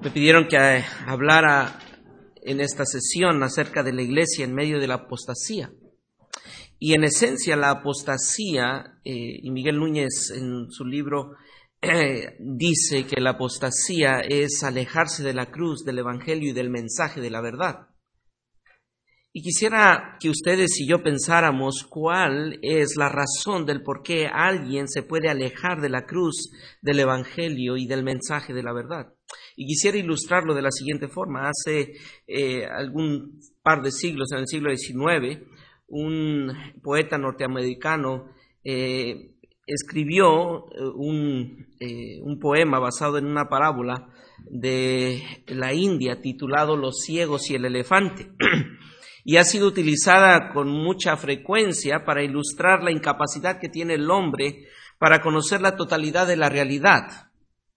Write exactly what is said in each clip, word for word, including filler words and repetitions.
Me pidieron que hablara en esta sesión acerca de la iglesia en medio de la apostasía. Y en esencia la apostasía, eh, y Miguel Núñez en su libro eh, dice que la apostasía es alejarse de la cruz, del evangelio y del mensaje de la verdad. Y quisiera que ustedes y yo pensáramos cuál es la razón del por qué alguien se puede alejar de la cruz, del evangelio y del mensaje de la verdad. Y quisiera ilustrarlo de la siguiente forma. Hace eh, algún par de siglos, en el siglo diecinueve, un poeta norteamericano eh, escribió un, eh, un poema basado en una parábola de la India titulado Los ciegos y el elefante. Y ha sido utilizada con mucha frecuencia para ilustrar la incapacidad que tiene el hombre para conocer la totalidad de la realidad.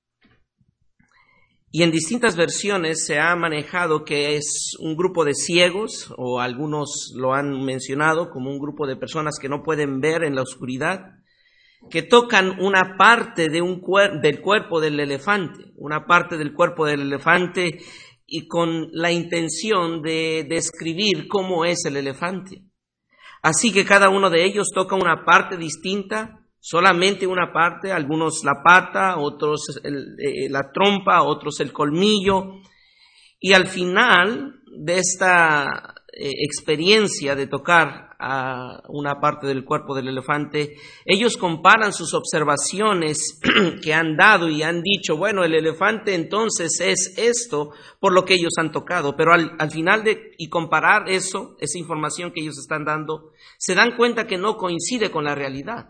Y en distintas versiones se ha manejado que es un grupo de ciegos, o algunos lo han mencionado como un grupo de personas que no pueden ver en la oscuridad, que tocan una parte de un cuer- del cuerpo del elefante, una parte del cuerpo del elefante, y con la intención de describir cómo es el elefante. Así que cada uno de ellos toca una parte distinta, solamente una parte, algunos la pata, otros el, eh, la trompa, otros el colmillo, y al final de esta eh, experiencia de tocar a una parte del cuerpo del elefante, ellos comparan sus observaciones que han dado y han dicho, bueno, el elefante entonces es esto por lo que ellos han tocado, pero al, al final de y comparar eso, esa información que ellos están dando, se dan cuenta que no coincide con la realidad.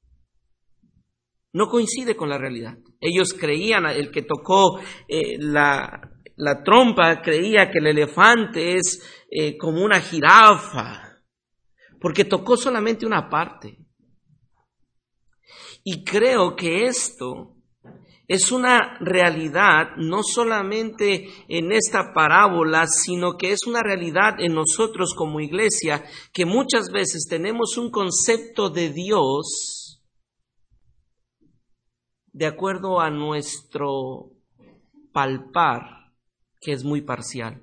No coincide con la realidad. Ellos creían, el que tocó eh, la, la trompa creía que el elefante es eh, como una jirafa, porque tocó solamente una parte. Y creo que esto es una realidad no solamente en esta parábola, sino que es una realidad en nosotros como iglesia, que muchas veces tenemos un concepto de Dios de acuerdo a nuestro palpar, que es muy parcial.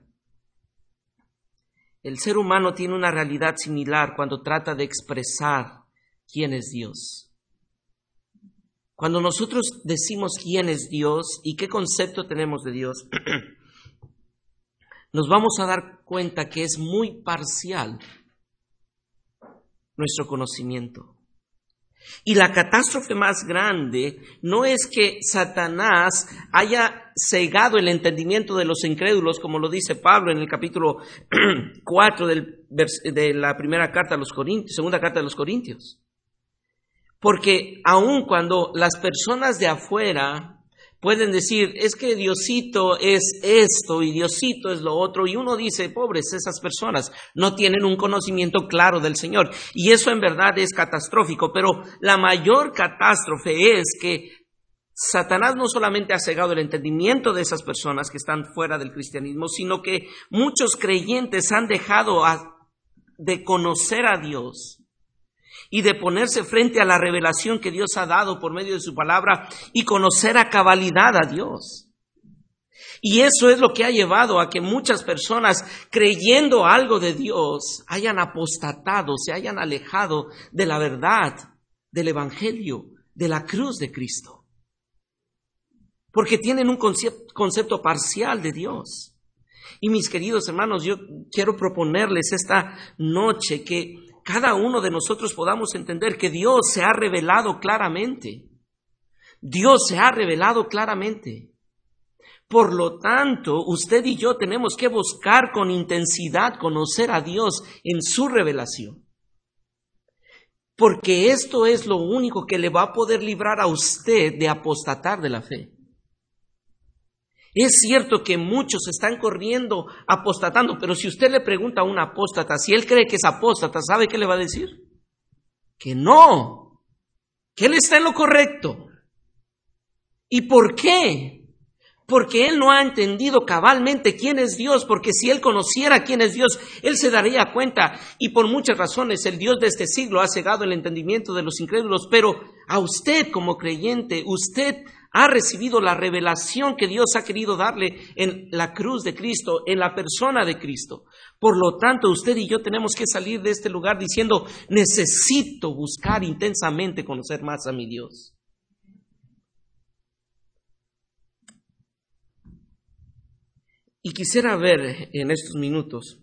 El ser humano tiene una realidad similar cuando trata de expresar quién es Dios. Cuando nosotros decimos quién es Dios y qué concepto tenemos de Dios, nos vamos a dar cuenta que es muy parcial nuestro conocimiento. Y la catástrofe más grande no es que Satanás haya cegado el entendimiento de los incrédulos, como lo dice Pablo en el capítulo cuatro del, de la primera carta a los Corintios, segunda carta de los Corintios. Porque aun cuando las personas de afuera pueden decir, es que Diosito es esto y Diosito es lo otro, y uno dice, pobres esas personas, no tienen un conocimiento claro del Señor. Y eso en verdad es catastrófico, pero la mayor catástrofe es que Satanás no solamente ha cegado el entendimiento de esas personas que están fuera del cristianismo, sino que muchos creyentes han dejado a, de conocer a Dios y de ponerse frente a la revelación que Dios ha dado por medio de su palabra y conocer a cabalidad a Dios. Y eso es lo que ha llevado a que muchas personas, creyendo algo de Dios, hayan apostatado, se hayan alejado de la verdad, del evangelio, de la cruz de Cristo. Porque tienen un concepto, concepto parcial de Dios. Y mis queridos hermanos, yo quiero proponerles esta noche que cada uno de nosotros podamos entender que Dios se ha revelado claramente. Dios se ha revelado claramente. Por lo tanto, usted y yo tenemos que buscar con intensidad conocer a Dios en su revelación. Porque esto es lo único que le va a poder librar a usted de apostatar de la fe. Es cierto que muchos están corriendo apostatando, pero si usted le pregunta a un apóstata si él cree que es apóstata, ¿sabe qué le va a decir? Que no, que él está en lo correcto. ¿Y por qué? Porque él no ha entendido cabalmente quién es Dios, porque si él conociera quién es Dios, él se daría cuenta, y por muchas razones el Dios de este siglo ha cegado el entendimiento de los incrédulos, pero a usted como creyente, usted ha recibido la revelación que Dios ha querido darle en la cruz de Cristo, en la persona de Cristo. Por lo tanto, usted y yo tenemos que salir de este lugar diciendo, necesito buscar intensamente conocer más a mi Dios. Y quisiera ver en estos minutos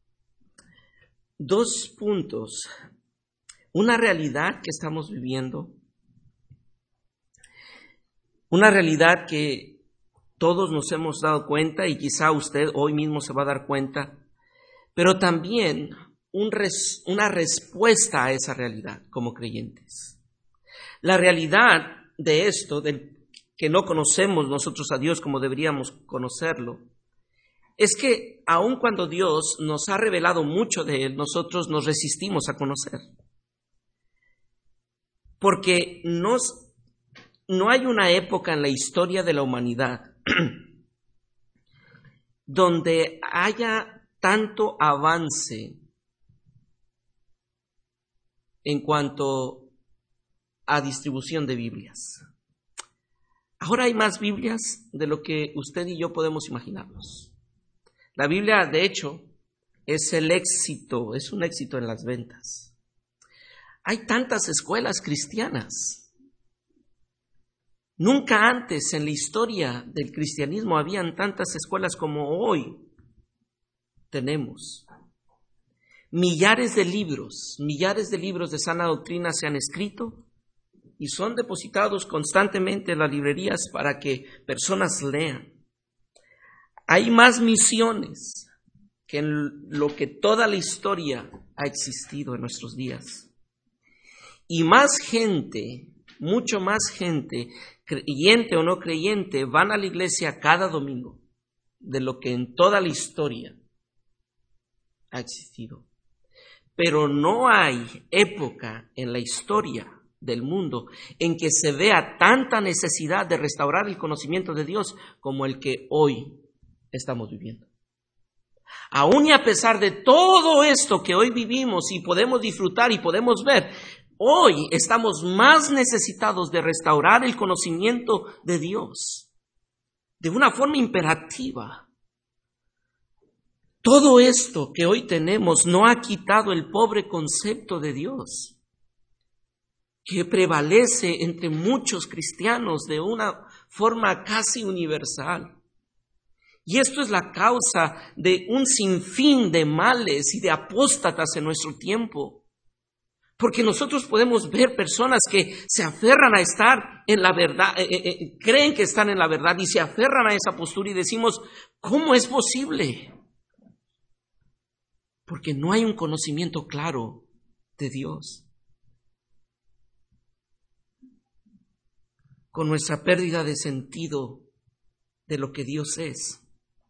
dos puntos, una realidad que estamos viviendo, una realidad que todos nos hemos dado cuenta y quizá usted hoy mismo se va a dar cuenta, pero también un res, una respuesta a esa realidad como creyentes. La realidad de esto, del que no conocemos nosotros a Dios como deberíamos conocerlo, es que aun cuando Dios nos ha revelado mucho de Él, nosotros nos resistimos a conocer. Porque nos, no hay una época en la historia de la humanidad donde haya tanto avance en cuanto a distribución de Biblias. Ahora hay más Biblias de lo que usted y yo podemos imaginarnos. La Biblia, de hecho, es el éxito, es un éxito en las ventas. Hay tantas escuelas cristianas. Nunca antes en la historia del cristianismo habían tantas escuelas como hoy tenemos. Millares de libros, millares de libros de sana doctrina se han escrito y son depositados constantemente en las librerías para que personas lean. Hay más misiones que en lo que toda la historia ha existido en nuestros días. Y más gente, mucho más gente, creyente o no creyente, van a la iglesia cada domingo de lo que en toda la historia ha existido. Pero no hay época en la historia del mundo en que se vea tanta necesidad de restaurar el conocimiento de Dios como el que hoy estamos viviendo. Aún y a pesar de todo esto que hoy vivimos y podemos disfrutar y podemos ver, hoy estamos más necesitados de restaurar el conocimiento de Dios de una forma imperativa. Todo esto que hoy tenemos no ha quitado el pobre concepto de Dios que prevalece entre muchos cristianos de una forma casi universal. Y esto es la causa de un sinfín de males y de apóstatas en nuestro tiempo. Porque nosotros podemos ver personas que se aferran a estar en la verdad, eh, eh, creen que están en la verdad y se aferran a esa postura y decimos, ¿cómo es posible? Porque no hay un conocimiento claro de Dios. Con nuestra pérdida de sentido de lo que Dios es.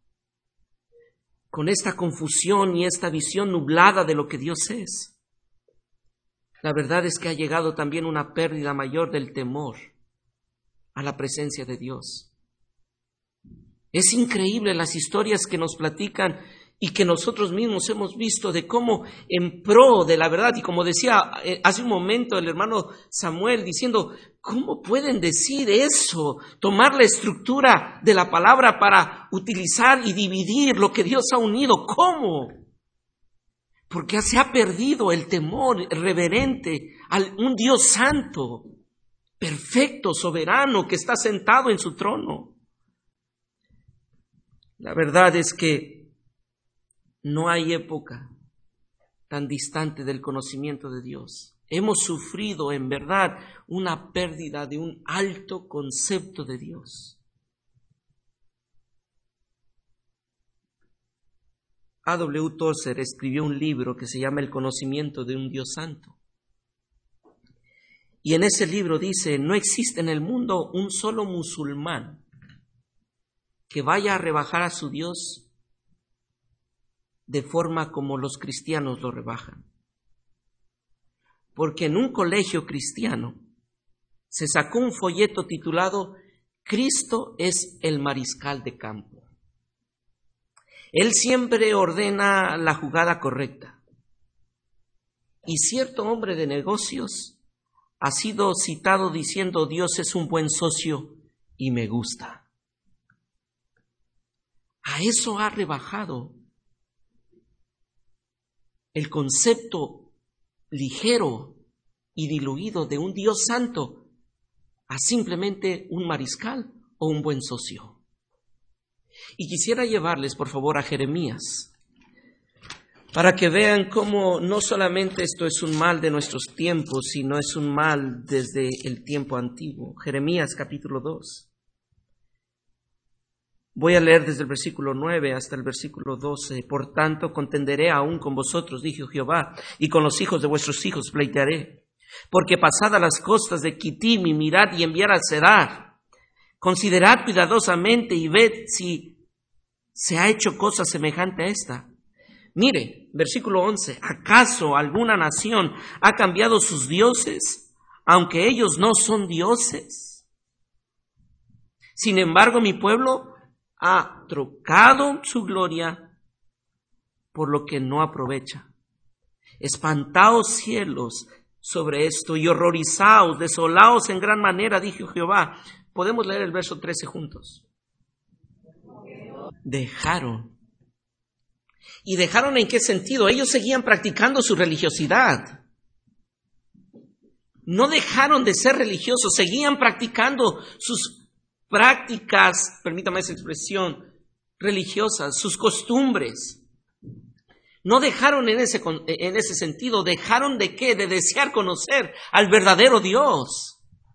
Con esta confusión y esta visión nublada de lo que Dios es. La verdad es que ha llegado también una pérdida mayor del temor a la presencia de Dios. Es increíble las historias que nos platican y que nosotros mismos hemos visto de cómo en pro de la verdad, y como decía hace un momento el hermano Samuel diciendo, ¿cómo pueden decir eso? Tomar la estructura de la palabra para utilizar y dividir lo que Dios ha unido. ¿Cómo? Porque se ha perdido el temor reverente a un Dios santo, perfecto, soberano, que está sentado en su trono. La verdad es que no hay época tan distante del conocimiento de Dios. Hemos sufrido en verdad una pérdida de un alto concepto de Dios. A W Tozer escribió un libro que se llama El conocimiento de un Dios santo. Y en ese libro dice, no existe en el mundo un solo musulmán que vaya a rebajar a su Dios de forma como los cristianos lo rebajan. Porque en un colegio cristiano se sacó un folleto titulado Cristo es el mariscal de campo. Él siempre ordena la jugada correcta. Y cierto hombre de negocios ha sido citado diciendo Dios es un buen socio y me gusta. A eso ha rebajado el concepto ligero y diluido de un Dios santo a simplemente un mariscal o un buen socio. Y quisiera llevarles, por favor, a Jeremías, para que vean cómo no solamente esto es un mal de nuestros tiempos, sino es un mal desde el tiempo antiguo. Jeremías capítulo dos. Voy a leer desde el versículo nueve hasta el versículo doce. Por tanto, contenderé aún con vosotros, dijo Jehová, y con los hijos de vuestros hijos pleitearé. Porque pasad las costas de Kittim y mirad y enviad a Cedar. Considerad cuidadosamente y ved si se ha hecho cosa semejante a esta. Mire, versículo once. ¿Acaso alguna nación ha cambiado sus dioses, aunque ellos no son dioses? Sin embargo, mi pueblo ha trocado su gloria por lo que no aprovecha. Espantaos cielos sobre esto y horrorizaos, desolaos en gran manera, dijo Jehová. Podemos leer el verso trece juntos. Dejaron. ¿Y dejaron en qué sentido? Ellos seguían practicando su religiosidad. No dejaron de ser religiosos, seguían practicando sus prácticas, permítame esa expresión, religiosas, sus costumbres. No dejaron en ese, en ese sentido, dejaron de qué, de desear conocer al verdadero Dios.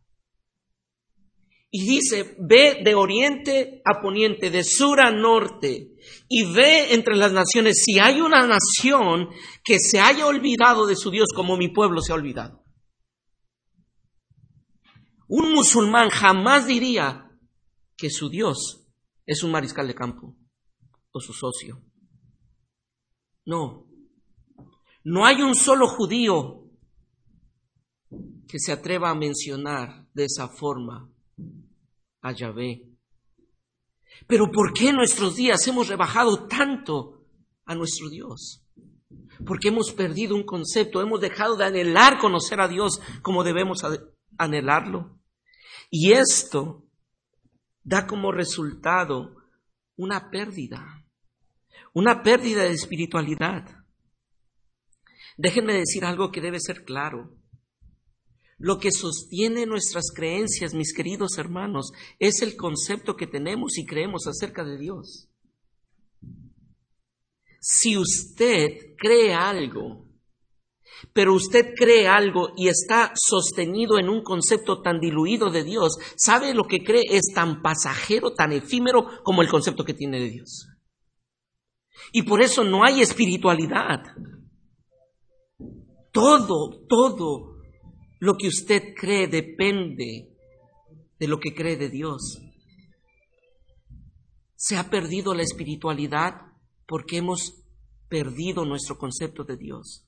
Y dice, ve de oriente a poniente, de sur a norte, y ve entre las naciones si hay una nación que se haya olvidado de su Dios como mi pueblo se ha olvidado. Un musulmán jamás diría que su Dios es un mariscal de campo o su socio. No, no hay un solo judío que se atreva a mencionar de esa forma a Yahvé. Pero ¿por qué en nuestros días hemos rebajado tanto a nuestro Dios? Porque hemos perdido un concepto, hemos dejado de anhelar conocer a Dios como debemos anhelarlo. Y esto da como resultado una pérdida, una pérdida de espiritualidad. Déjenme decir algo que debe ser claro. Lo que sostiene nuestras creencias, mis queridos hermanos, es el concepto que tenemos y creemos acerca de Dios. Si usted cree algo, pero usted cree algo y está sostenido en un concepto tan diluido de Dios, ¿sabe lo que cree? Es tan pasajero, tan efímero como el concepto que tiene de Dios. Y por eso no hay espiritualidad. Todo, todo lo que usted cree depende de lo que cree de Dios. Se ha perdido la espiritualidad porque hemos perdido nuestro concepto de Dios.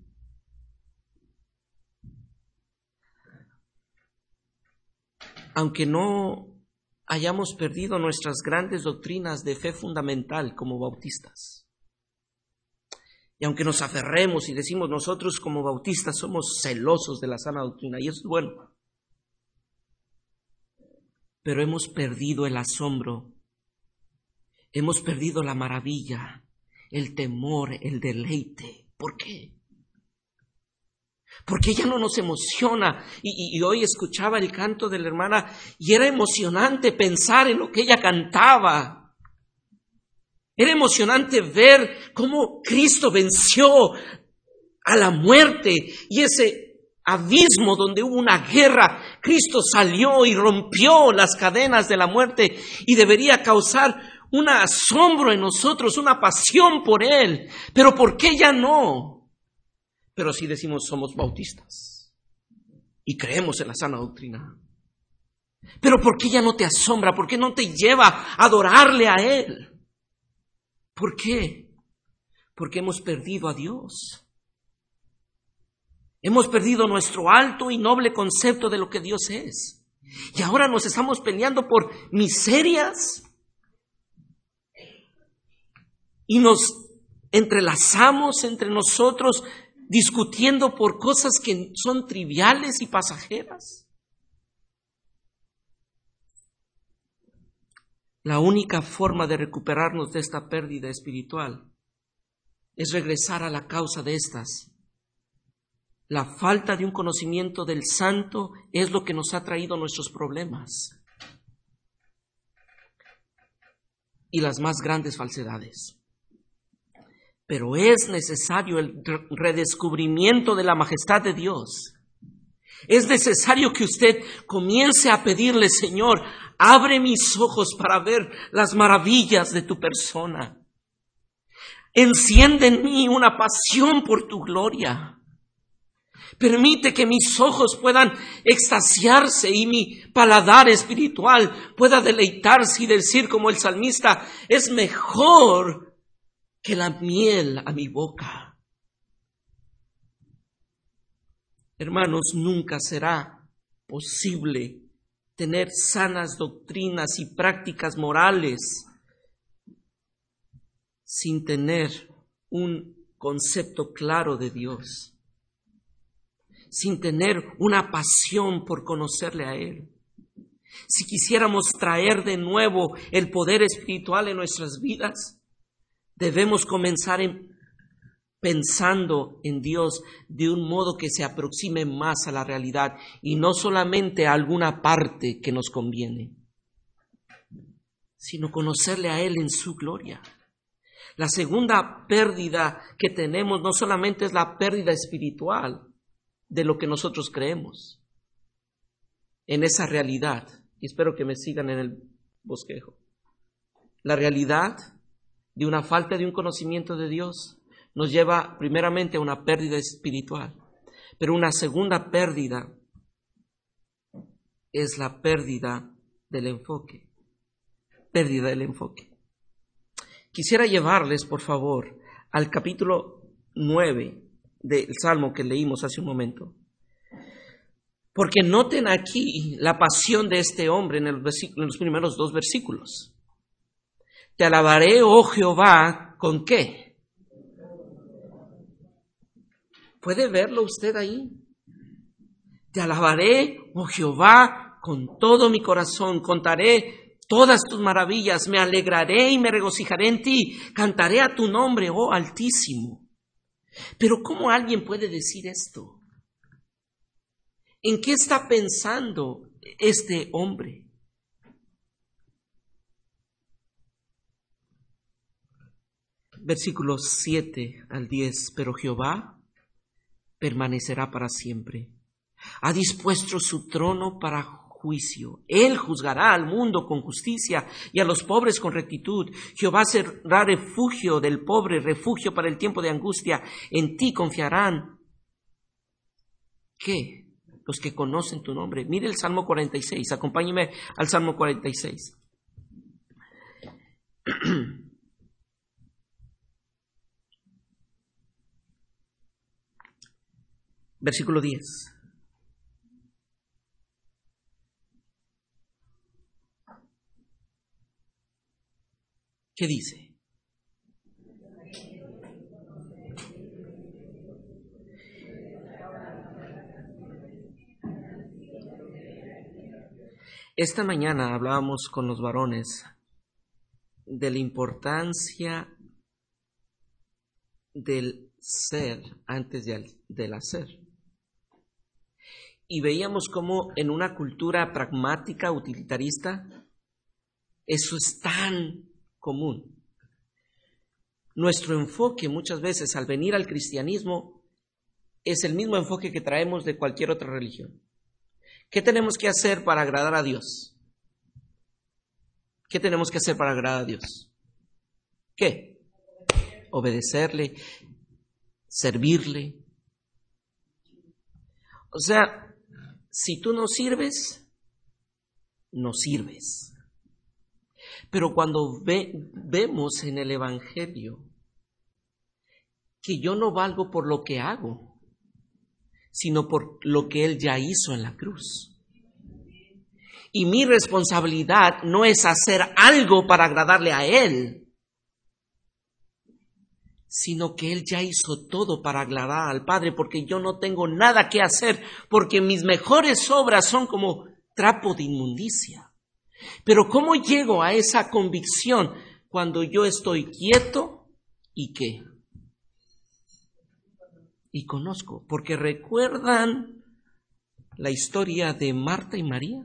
Aunque no hayamos perdido nuestras grandes doctrinas de fe fundamental como bautistas, y aunque nos aferremos y decimos nosotros como bautistas somos celosos de la sana doctrina, y eso es bueno, pero hemos perdido el asombro, hemos perdido la maravilla, el temor, el deleite. ¿Por qué? Porque ella no nos emociona. Y, y, y hoy escuchaba el canto de la hermana y era emocionante pensar en lo que ella cantaba. Era emocionante ver cómo Cristo venció a la muerte y ese abismo donde hubo una guerra. Cristo salió y rompió las cadenas de la muerte y debería causar un asombro en nosotros, una pasión por Él. Pero ¿por qué ya no? Pero sí decimos somos bautistas y creemos en la sana doctrina. Pero ¿por qué ya no te asombra? ¿Por qué no te lleva a adorarle a Él? ¿Por qué? Porque hemos perdido a Dios. Hemos perdido nuestro alto y noble concepto de lo que Dios es. Y ahora nos estamos peleando por miserias y nos entrelazamos entre nosotros discutiendo por cosas que son triviales y pasajeras. La única forma de recuperarnos de esta pérdida espiritual es regresar a la causa de estas. La falta de un conocimiento del Santo es lo que nos ha traído nuestros problemas y las más grandes falsedades. Pero es necesario el redescubrimiento de la majestad de Dios. Es necesario que usted comience a pedirle: Señor, abre mis ojos para ver las maravillas de tu persona. Enciende en mí una pasión por tu gloria. Permite que mis ojos puedan extasiarse y mi paladar espiritual pueda deleitarse y decir como el salmista: es mejor que la miel a mi boca. Hermanos, nunca será posible tener sanas doctrinas y prácticas morales sin tener un concepto claro de Dios, sin tener una pasión por conocerle a Él. Si quisiéramos traer de nuevo el poder espiritual en nuestras vidas, debemos comenzar en, pensando en Dios de un modo que se aproxime más a la realidad y no solamente a alguna parte que nos conviene, sino conocerle a Él en su gloria. La segunda pérdida que tenemos no solamente es la pérdida espiritual de lo que nosotros creemos en esa realidad, y espero que me sigan en el bosquejo, la realidad de una falta de un conocimiento de Dios nos lleva primeramente a una pérdida espiritual, pero una segunda pérdida es la pérdida del enfoque, pérdida del enfoque. Quisiera llevarles, por favor, al capítulo nueve del Salmo que leímos hace un momento. Porque noten aquí la pasión de este hombre en, el en los primeros dos versículos. Te alabaré, oh Jehová, ¿con qué? ¿Puede verlo usted ahí? Te alabaré, oh Jehová, con todo mi corazón, contaré todas tus maravillas, me alegraré y me regocijaré en ti, cantaré a tu nombre, oh Altísimo. Pero ¿cómo alguien puede decir esto? ¿En qué está pensando este hombre? Versículos siete al diez. Pero Jehová permanecerá para siempre. Ha dispuesto su trono para juicio. Él juzgará al mundo con justicia y a los pobres con rectitud. Jehová será refugio del pobre, refugio para el tiempo de angustia. En ti confiarán. ¿Qué? Los que conocen tu nombre. Mire el Salmo cuarenta y seis. Acompáñeme al Salmo cuarenta y seis. Versículo diez. ¿Qué dice? Esta mañana hablábamos con los varones de la importancia del ser antes del hacer. Y veíamos cómo en una cultura pragmática, utilitarista, eso es tan común. Nuestro enfoque muchas veces al venir al cristianismo es el mismo enfoque que traemos de cualquier otra religión. ¿Qué tenemos que hacer para agradar a Dios? ¿Qué tenemos que hacer para agradar a Dios? ¿Qué? Obedecerle, servirle. O sea, si tú no sirves, no sirves. Pero cuando ve, vemos en el Evangelio que yo no valgo por lo que hago, sino por lo que Él ya hizo en la cruz. Y mi responsabilidad no es hacer algo para agradarle a Él. sino que Él ya hizo todo para agradar al Padre, porque yo no tengo nada que hacer, porque mis mejores obras son como trapo de inmundicia. Pero ¿cómo llego a esa convicción? Cuando yo estoy quieto y ¿qué? Y conozco, porque ¿recuerdan la historia de Marta y María?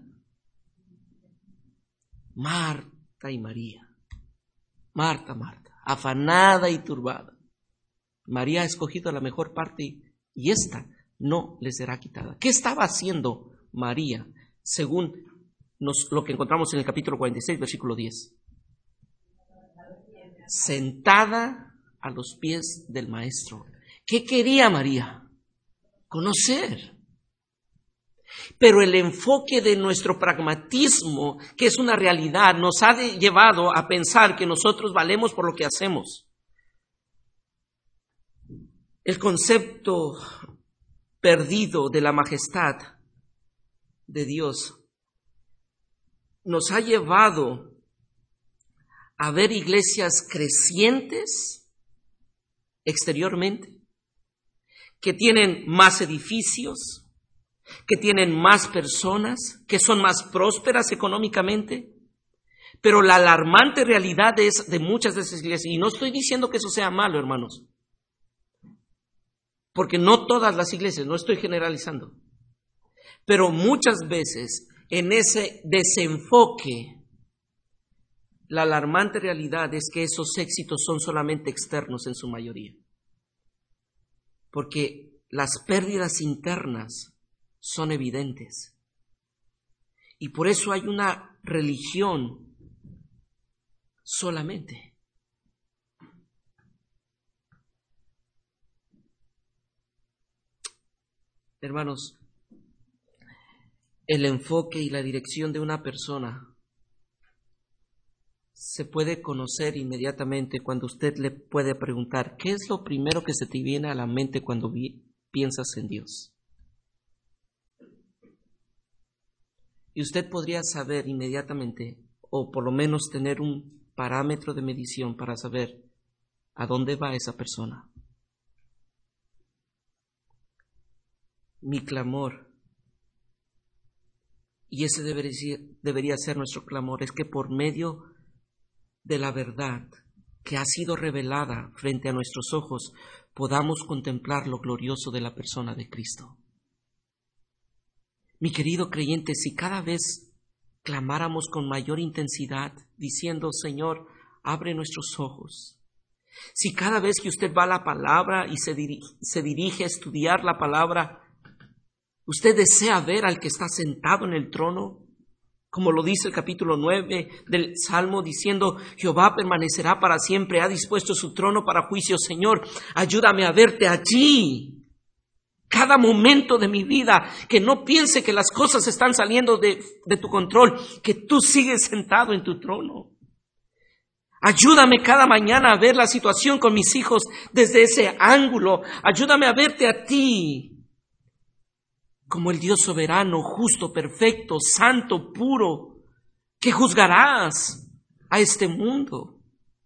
Marta y María. Marta, Marta, afanada y turbada. María ha escogido la mejor parte y esta no le será quitada. ¿Qué estaba haciendo María según nos, lo que encontramos en el capítulo cuarenta y seis, versículo diez? Sentada a los pies del Maestro. ¿Qué quería María? Conocer. Pero el enfoque de nuestro pragmatismo, que es una realidad, nos ha llevado a pensar que nosotros valemos por lo que hacemos. El concepto perdido de la majestad de Dios nos ha llevado a ver iglesias crecientes exteriormente, que tienen más edificios, que tienen más personas, que son más prósperas económicamente, pero la alarmante realidad es de muchas de esas iglesias, y no estoy diciendo que eso sea malo, hermanos, porque no todas las iglesias, no estoy generalizando, pero muchas veces en ese desenfoque, la alarmante realidad es que esos éxitos son solamente externos en su mayoría, porque las pérdidas internas son evidentes. Y por eso hay una religión solamente. Hermanos, el enfoque y la dirección de una persona se puede conocer inmediatamente cuando usted le puede preguntar, ¿qué es lo primero que se te viene a la mente cuando vi- piensas en Dios? Y usted podría saber inmediatamente, o por lo menos tener un parámetro de medición para saber a dónde va esa persona. Mi clamor, y ese debería, debería ser nuestro clamor, es que por medio de la verdad que ha sido revelada frente a nuestros ojos, podamos contemplar lo glorioso de la persona de Cristo. Mi querido creyente, si cada vez clamáramos con mayor intensidad, diciendo, Señor, abre nuestros ojos. Si cada vez que usted va a la palabra y se dirige, se dirige a estudiar la palabra, usted desea ver al que está sentado en el trono, como lo dice el capítulo nueve del Salmo, diciendo, Jehová permanecerá para siempre, ha dispuesto su trono para juicio. Señor, ayúdame a verte allí. Cada momento de mi vida, que no piense que las cosas están saliendo de, de tu control, que tú sigues sentado en tu trono. Ayúdame cada mañana a ver la situación con mis hijos desde ese ángulo. Ayúdame a verte a ti como el Dios soberano, justo, perfecto, santo, puro, que juzgarás a este mundo.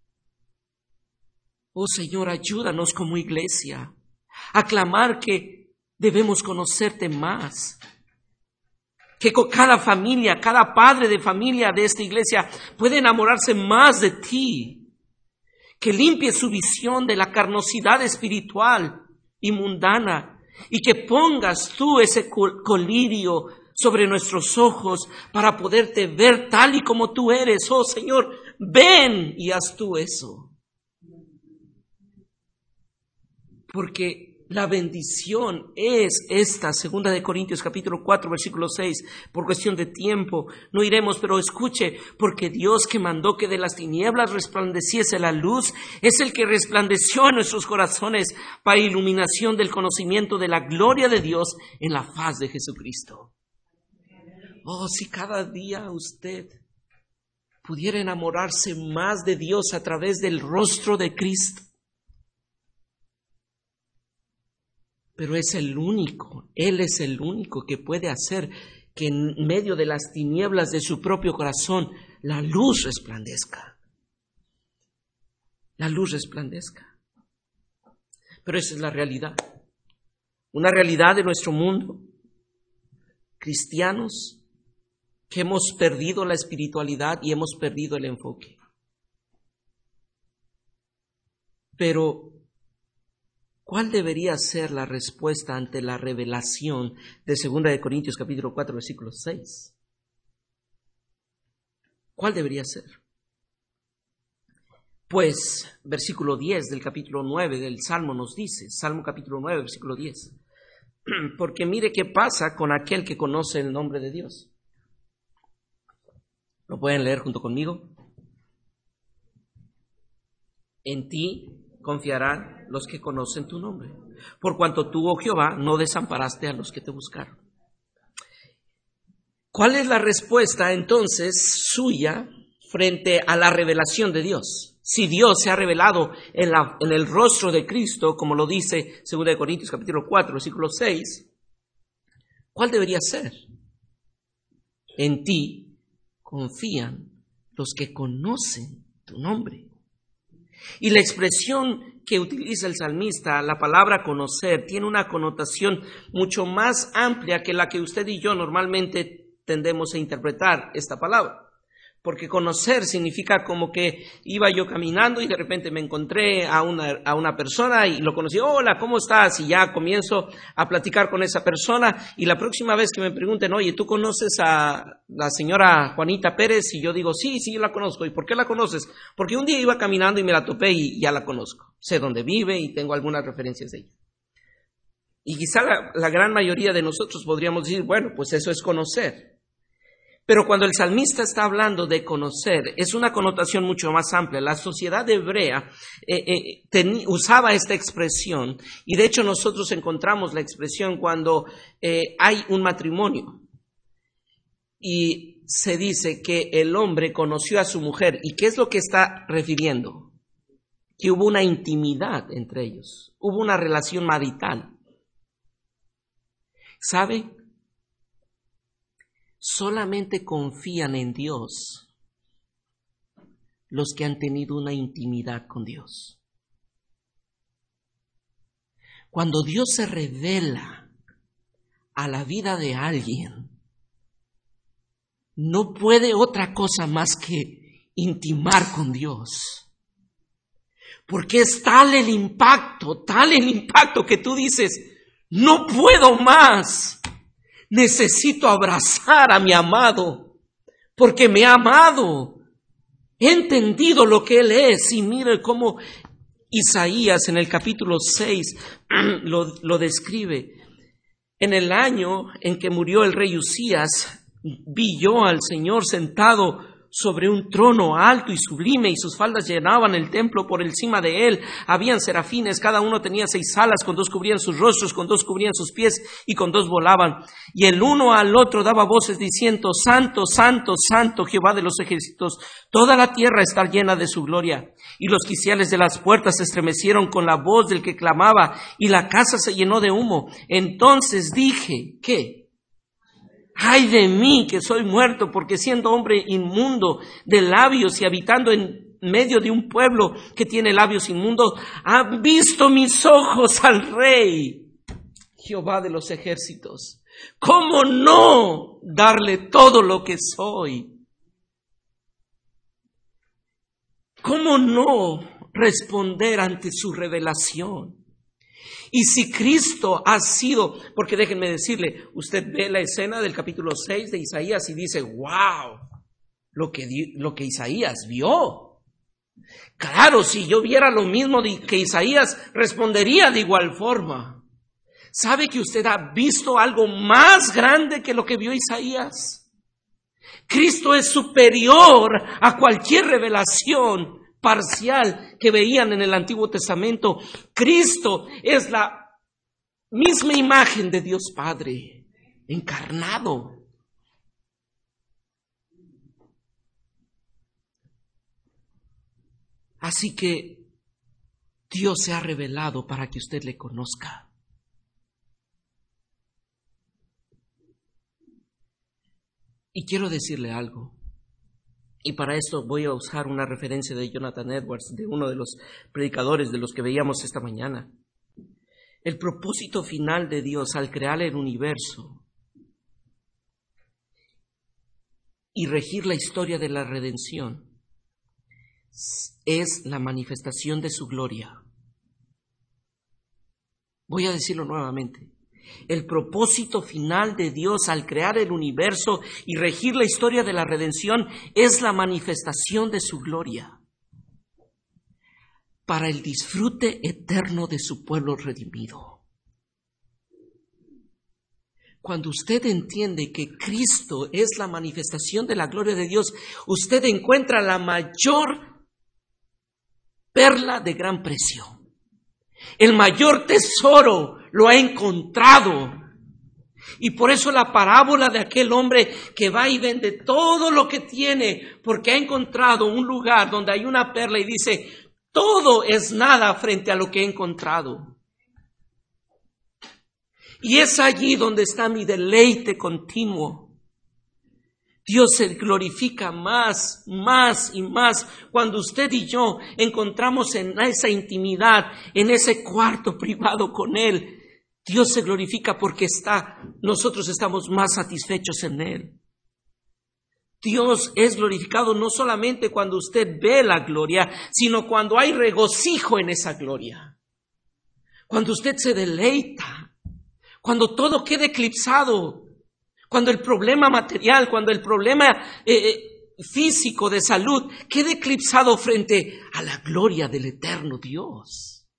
Oh Señor, ayúdanos como iglesia a clamar que debemos conocerte más. Que con cada familia, cada padre de familia de esta iglesia puede enamorarse más de ti. Que limpie su visión de la carnosidad espiritual y mundana. Y que pongas tú ese colirio sobre nuestros ojos para poderte ver tal y como tú eres. Oh Señor, ven y haz tú eso. Porque la bendición es esta, segunda de Corintios capítulo cuatro, versículo seis. Por cuestión de tiempo no iremos, pero escuche, porque Dios que mandó que de las tinieblas resplandeciese la luz, es el que resplandeció en nuestros corazones para iluminación del conocimiento de la gloria de Dios en la faz de Jesucristo. Oh, si cada día usted pudiera enamorarse más de Dios a través del rostro de Cristo. Pero es el único, Él es el único que puede hacer que en medio de las tinieblas de su propio corazón la luz resplandezca. La luz resplandezca. Pero esa es la realidad. Una realidad de nuestro mundo. Cristianos que hemos perdido la espiritualidad y hemos perdido el enfoque. Pero, ¿cuál debería ser la respuesta ante la revelación de segunda de Corintios capítulo cuatro, versículo seis? ¿Cuál debería ser? Pues, versículo diez del capítulo nueve del Salmo nos dice, Salmo capítulo nueve, versículo diez, porque mire qué pasa con aquel que conoce el nombre de Dios. ¿Lo pueden leer junto conmigo? En ti confiarán los que conocen tu nombre, por cuanto tú, oh Jehová, no desamparaste a los que te buscaron. ¿Cuál es la respuesta entonces suya frente a la revelación de Dios? Si Dios se ha revelado en, la, en el rostro de Cristo, como lo dice segunda de Corintios capítulo cuatro, versículo seis, ¿cuál debería ser? En ti confían los que conocen tu nombre. Y la expresión que utiliza el salmista, la palabra conocer, tiene una connotación mucho más amplia que la que usted y yo normalmente tendemos a interpretar esta palabra. Porque conocer significa como que iba yo caminando y de repente me encontré a una, a una persona y lo conocí. Hola, ¿cómo estás? Y ya comienzo a platicar con esa persona. Y la próxima vez que me pregunten, oye, ¿tú conoces a la señora Juanita Pérez? Y yo digo, sí, sí, yo la conozco. ¿Y por qué la conoces? Porque un día iba caminando y me la topé y ya la conozco. Sé dónde vive y tengo algunas referencias de ella. Y quizá la, la gran mayoría de nosotros podríamos decir, bueno, pues eso es conocer. Pero cuando el salmista está hablando de conocer, es una connotación mucho más amplia. La sociedad hebrea eh, eh, ten, usaba esta expresión, y de hecho nosotros encontramos la expresión cuando eh, hay un matrimonio y se dice que el hombre conoció a su mujer. ¿Y qué es lo que está refiriendo? Que hubo una intimidad entre ellos, hubo una relación marital. ¿Sabe? Solamente confían en Dios los que han tenido una intimidad con Dios. Cuando Dios se revela a la vida de alguien, no puede otra cosa más que intimar con Dios. Porque es tal el impacto, tal el impacto que tú dices, no puedo más. Necesito abrazar a mi amado, porque me ha amado. He entendido lo que Él es. Y mire cómo Isaías en el capítulo seis lo, lo describe. En el año en que murió el rey Usías, vi yo al Señor sentado sobre un trono alto y sublime, y sus faldas llenaban el templo por encima de él. Habían serafines, cada uno tenía seis alas, con dos cubrían sus rostros, con dos cubrían sus pies, y con dos volaban. Y el uno al otro daba voces diciendo, Santo, Santo, Santo, Jehová de los ejércitos, toda la tierra está llena de su gloria. Y los quiciales de las puertas se estremecieron con la voz del que clamaba, y la casa se llenó de humo. Entonces dije, ¿qué? ¡Ay de mí, que soy muerto! Porque siendo hombre inmundo de labios y habitando en medio de un pueblo que tiene labios inmundos, han visto mis ojos al Rey, Jehová de los ejércitos. ¿Cómo no darle todo lo que soy? ¿Cómo no responder ante su revelación? Y si Cristo ha sido, porque déjenme decirle, usted ve la escena del capítulo seis de Isaías y dice, wow, lo que, lo que Isaías vio. Claro, si yo viera lo mismo que Isaías, respondería de igual forma. ¿Sabe que usted ha visto algo más grande que lo que vio Isaías? Cristo es superior a cualquier revelación parcial que veían en el Antiguo Testamento. Cristo es la misma imagen de Dios Padre, encarnado. Así que Dios se ha revelado para que usted le conozca. Y quiero decirle algo. Y para esto voy a usar una referencia de Jonathan Edwards, de uno de los predicadores de los que veíamos esta mañana. El propósito final de Dios al crear el universo y regir la historia de la redención es la manifestación de su gloria. Voy a decirlo nuevamente. El propósito final de Dios al crear el universo y regir la historia de la redención es la manifestación de su gloria para el disfrute eterno de su pueblo redimido. Cuando usted entiende que Cristo es la manifestación de la gloria de Dios, usted encuentra la mayor perla de gran precio. El mayor tesoro lo ha encontrado. Y por eso la parábola de aquel hombre que va y vende todo lo que tiene porque ha encontrado un lugar donde hay una perla y dice, todo es nada frente a lo que he encontrado. Y es allí donde está mi deleite continuo. Dios se glorifica más, más y más cuando usted y yo encontramos en esa intimidad, en ese cuarto privado con Él. Dios se glorifica porque está, nosotros estamos más satisfechos en Él. Dios es glorificado no solamente cuando usted ve la gloria, sino cuando hay regocijo en esa gloria. Cuando usted se deleita, cuando todo queda eclipsado. Cuando el problema material, cuando el problema eh, físico de salud quede eclipsado frente a la gloria del eterno Dios.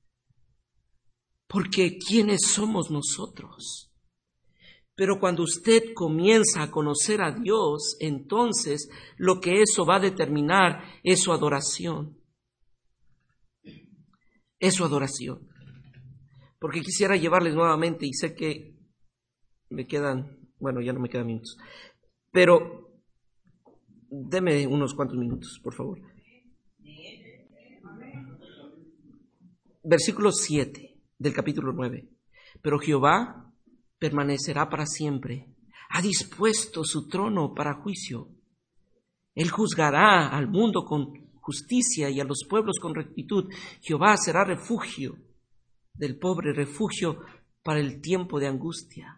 Porque ¿quiénes somos nosotros? Pero cuando usted comienza a conocer a Dios, entonces lo que eso va a determinar es su adoración. Es su adoración. Porque quisiera llevarles nuevamente, y sé que me quedan... Bueno, ya no me quedan minutos, pero deme unos cuantos minutos, por favor. Versículo siete del capítulo nueve. Pero Jehová permanecerá para siempre. Ha dispuesto su trono para juicio. Él juzgará al mundo con justicia y a los pueblos con rectitud. Jehová será refugio del pobre, refugio para el tiempo de angustia.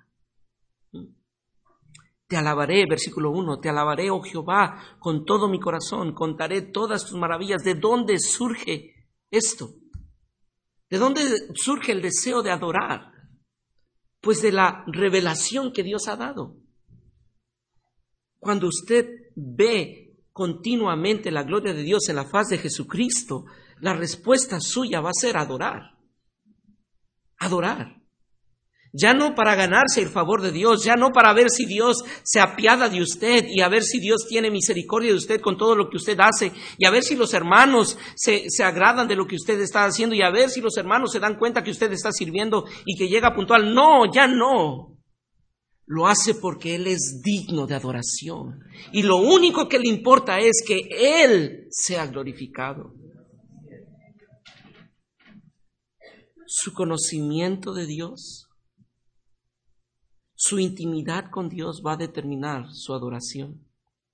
Te alabaré, versículo uno, te alabaré, oh Jehová, con todo mi corazón, contaré todas tus maravillas. ¿De dónde surge esto? ¿De dónde surge el deseo de adorar? Pues de la revelación que Dios ha dado. Cuando usted ve continuamente la gloria de Dios en la faz de Jesucristo, la respuesta suya va a ser adorar. Adorar. Ya no para ganarse el favor de Dios, ya no para ver si Dios se apiada de usted y a ver si Dios tiene misericordia de usted con todo lo que usted hace y a ver si los hermanos se, se agradan de lo que usted está haciendo y a ver si los hermanos se dan cuenta que usted está sirviendo y que llega puntual. No, ya no. Lo hace porque Él es digno de adoración y lo único que le importa es que Él sea glorificado. Su conocimiento de Dios, su intimidad con Dios va a determinar su adoración.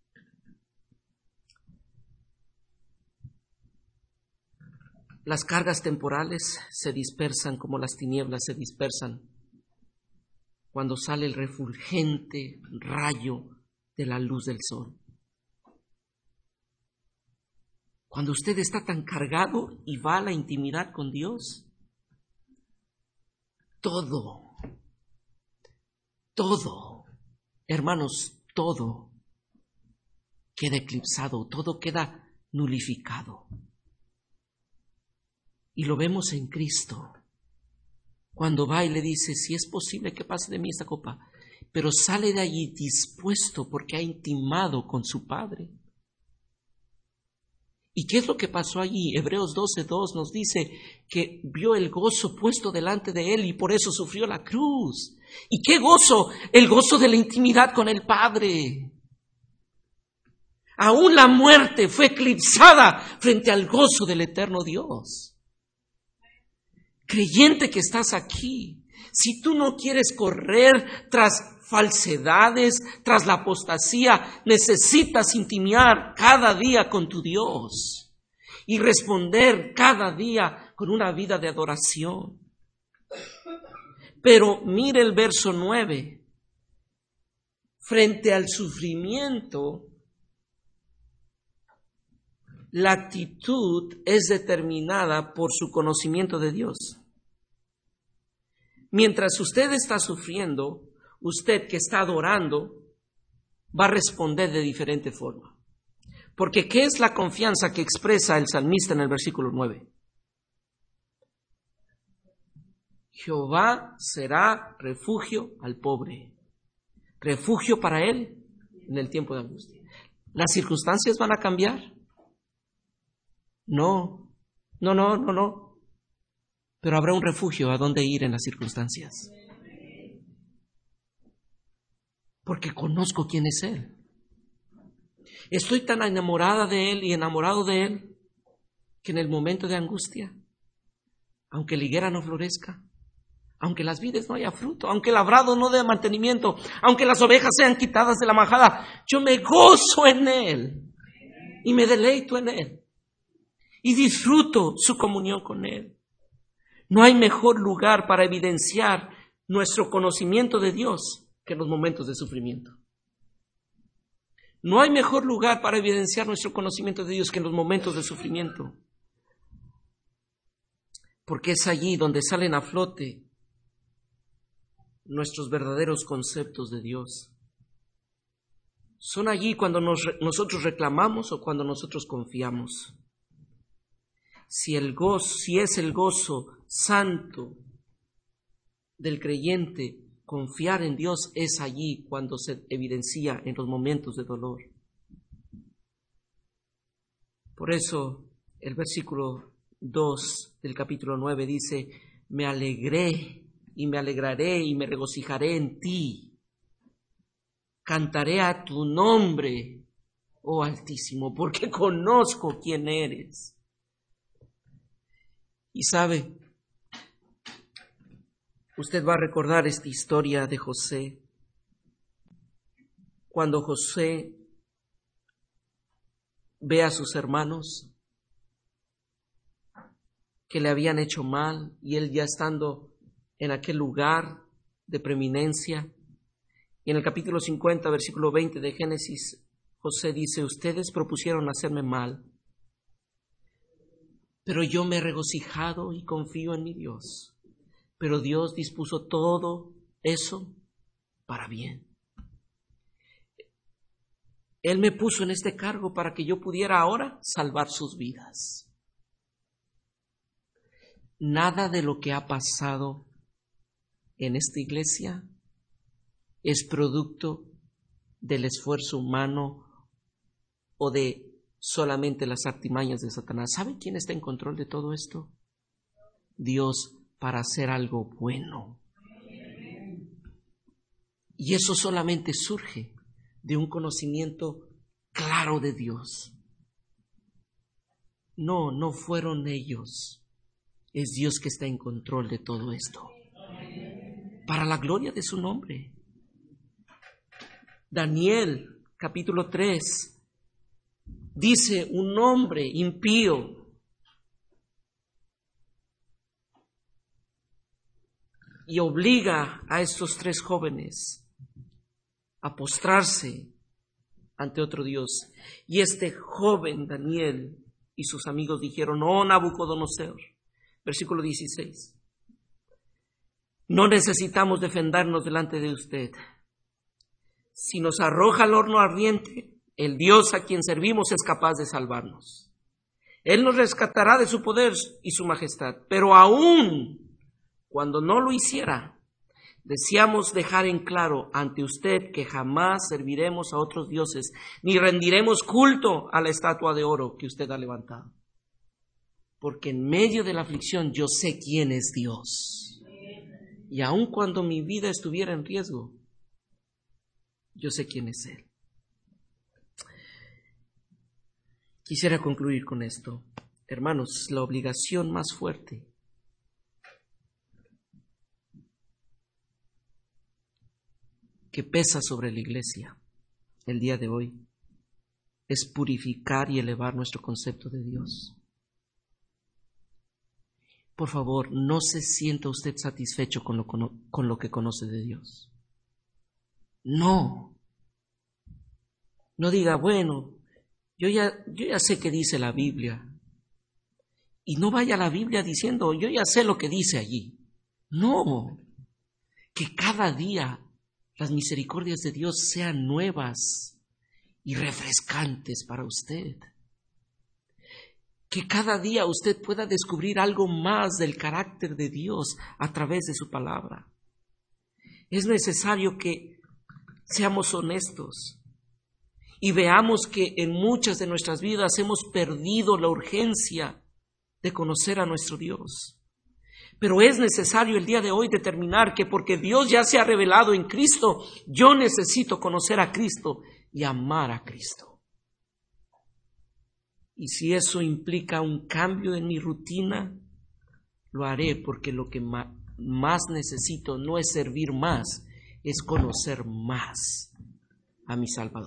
Las cargas temporales se dispersan como las tinieblas se dispersan cuando sale el refulgente rayo de la luz del sol. Cuando usted está tan cargado y va a la intimidad con Dios, todo Todo, hermanos, todo queda eclipsado, todo queda nulificado. Y lo vemos en Cristo, cuando va y le dice, si es posible que pase de mí esta copa, pero sale de allí dispuesto porque ha intimado con su Padre. ¿Y qué es lo que pasó allí? Hebreos doce dos nos dice que vio el gozo puesto delante de él y por eso sufrió la cruz. ¿Y qué gozo? El gozo de la intimidad con el Padre. Aún la muerte fue eclipsada frente al gozo del eterno Dios. Creyente que estás aquí, si tú no quieres correr tras falsedades, tras la apostasía, necesitas intimar cada día con tu Dios y responder cada día con una vida de adoración. Pero mire el verso nueve. Frente al sufrimiento, la actitud es determinada por su conocimiento de Dios. Mientras usted está sufriendo, usted que está adorando, va a responder de diferente forma. Porque ¿qué es la confianza que expresa el salmista en el versículo nueve? Jehová será refugio al pobre, refugio para él en el tiempo de angustia. ¿Las circunstancias van a cambiar? No, no, no, no, no. Pero habrá un refugio a donde ir en las circunstancias. Porque conozco quién es Él. Estoy tan enamorada de Él y enamorado de Él que en el momento de angustia, aunque la higuera no florezca, aunque las vides no haya fruto, aunque el labrado no dé mantenimiento, aunque las ovejas sean quitadas de la majada, yo me gozo en Él y me deleito en Él y disfruto su comunión con Él. No hay mejor lugar para evidenciar nuestro conocimiento de Dios que en los momentos de sufrimiento. No hay mejor lugar para evidenciar nuestro conocimiento de Dios que en los momentos de sufrimiento. Porque es allí donde salen a flote nuestros verdaderos conceptos de Dios. Son allí cuando nos, nosotros reclamamos o cuando nosotros confiamos. Si el gozo, si es el gozo santo del creyente, confiar en Dios es allí cuando se evidencia en los momentos de dolor. Por eso el versículo dos del capítulo nueve dice: me alegré y me alegraré y me regocijaré en ti. Cantaré a tu nombre, oh Altísimo, porque conozco quién eres. Y sabe, usted va a recordar esta historia de José. Cuando José ve a sus hermanos que le habían hecho mal y él ya estando en aquel lugar de preeminencia. Y en el capítulo cincuenta, versículo veinte de Génesis, José dice: ustedes propusieron hacerme mal, pero yo me he regocijado y confío en mi Dios. Pero Dios dispuso todo eso para bien. Él me puso en este cargo para que yo pudiera ahora salvar sus vidas. Nada de lo que ha pasado en esta iglesia es producto del esfuerzo humano o de solamente las artimañas de Satanás. ¿Sabe quién está en control de todo esto? Dios, para hacer algo bueno. Y eso solamente surge de un conocimiento claro de Dios. No, no fueron ellos. Es Dios que está en control de todo esto. Para la gloria de su nombre. Daniel, capítulo tres, dice: un hombre impío y obliga a estos tres jóvenes a postrarse ante otro Dios. Y este joven Daniel y sus amigos dijeron: oh Nabucodonosor, versículo dieciséis, no necesitamos defendernos delante de usted. Si nos arroja al horno ardiente, el Dios a quien servimos es capaz de salvarnos. Él nos rescatará de su poder y su majestad. Pero aún cuando no lo hiciera, deseamos dejar en claro ante usted que jamás serviremos a otros dioses, ni rendiremos culto a la estatua de oro que usted ha levantado. Porque en medio de la aflicción yo sé quién es Dios. Y aun cuando mi vida estuviera en riesgo, yo sé quién es Él. Quisiera concluir con esto. Hermanos, la obligación más fuerte que pesa sobre la iglesia el día de hoy es purificar y elevar nuestro concepto de Dios. por favor, no se sienta usted satisfecho con lo, con lo que conoce de Dios. No. No diga, bueno, yo ya, yo ya sé qué dice la Biblia. Y no vaya a la Biblia diciendo, yo ya sé lo que dice allí. No. Que cada día las misericordias de Dios sean nuevas y refrescantes para usted. Que cada día usted pueda descubrir algo más del carácter de Dios a través de su palabra. Es necesario que seamos honestos y veamos que en muchas de nuestras vidas hemos perdido la urgencia de conocer a nuestro Dios. Pero es necesario el día de hoy determinar que porque Dios ya se ha revelado en Cristo, yo necesito conocer a Cristo y amar a Cristo. Y si eso implica un cambio en mi rutina, lo haré, porque lo que más necesito no es servir más, es conocer más a mi Salvador.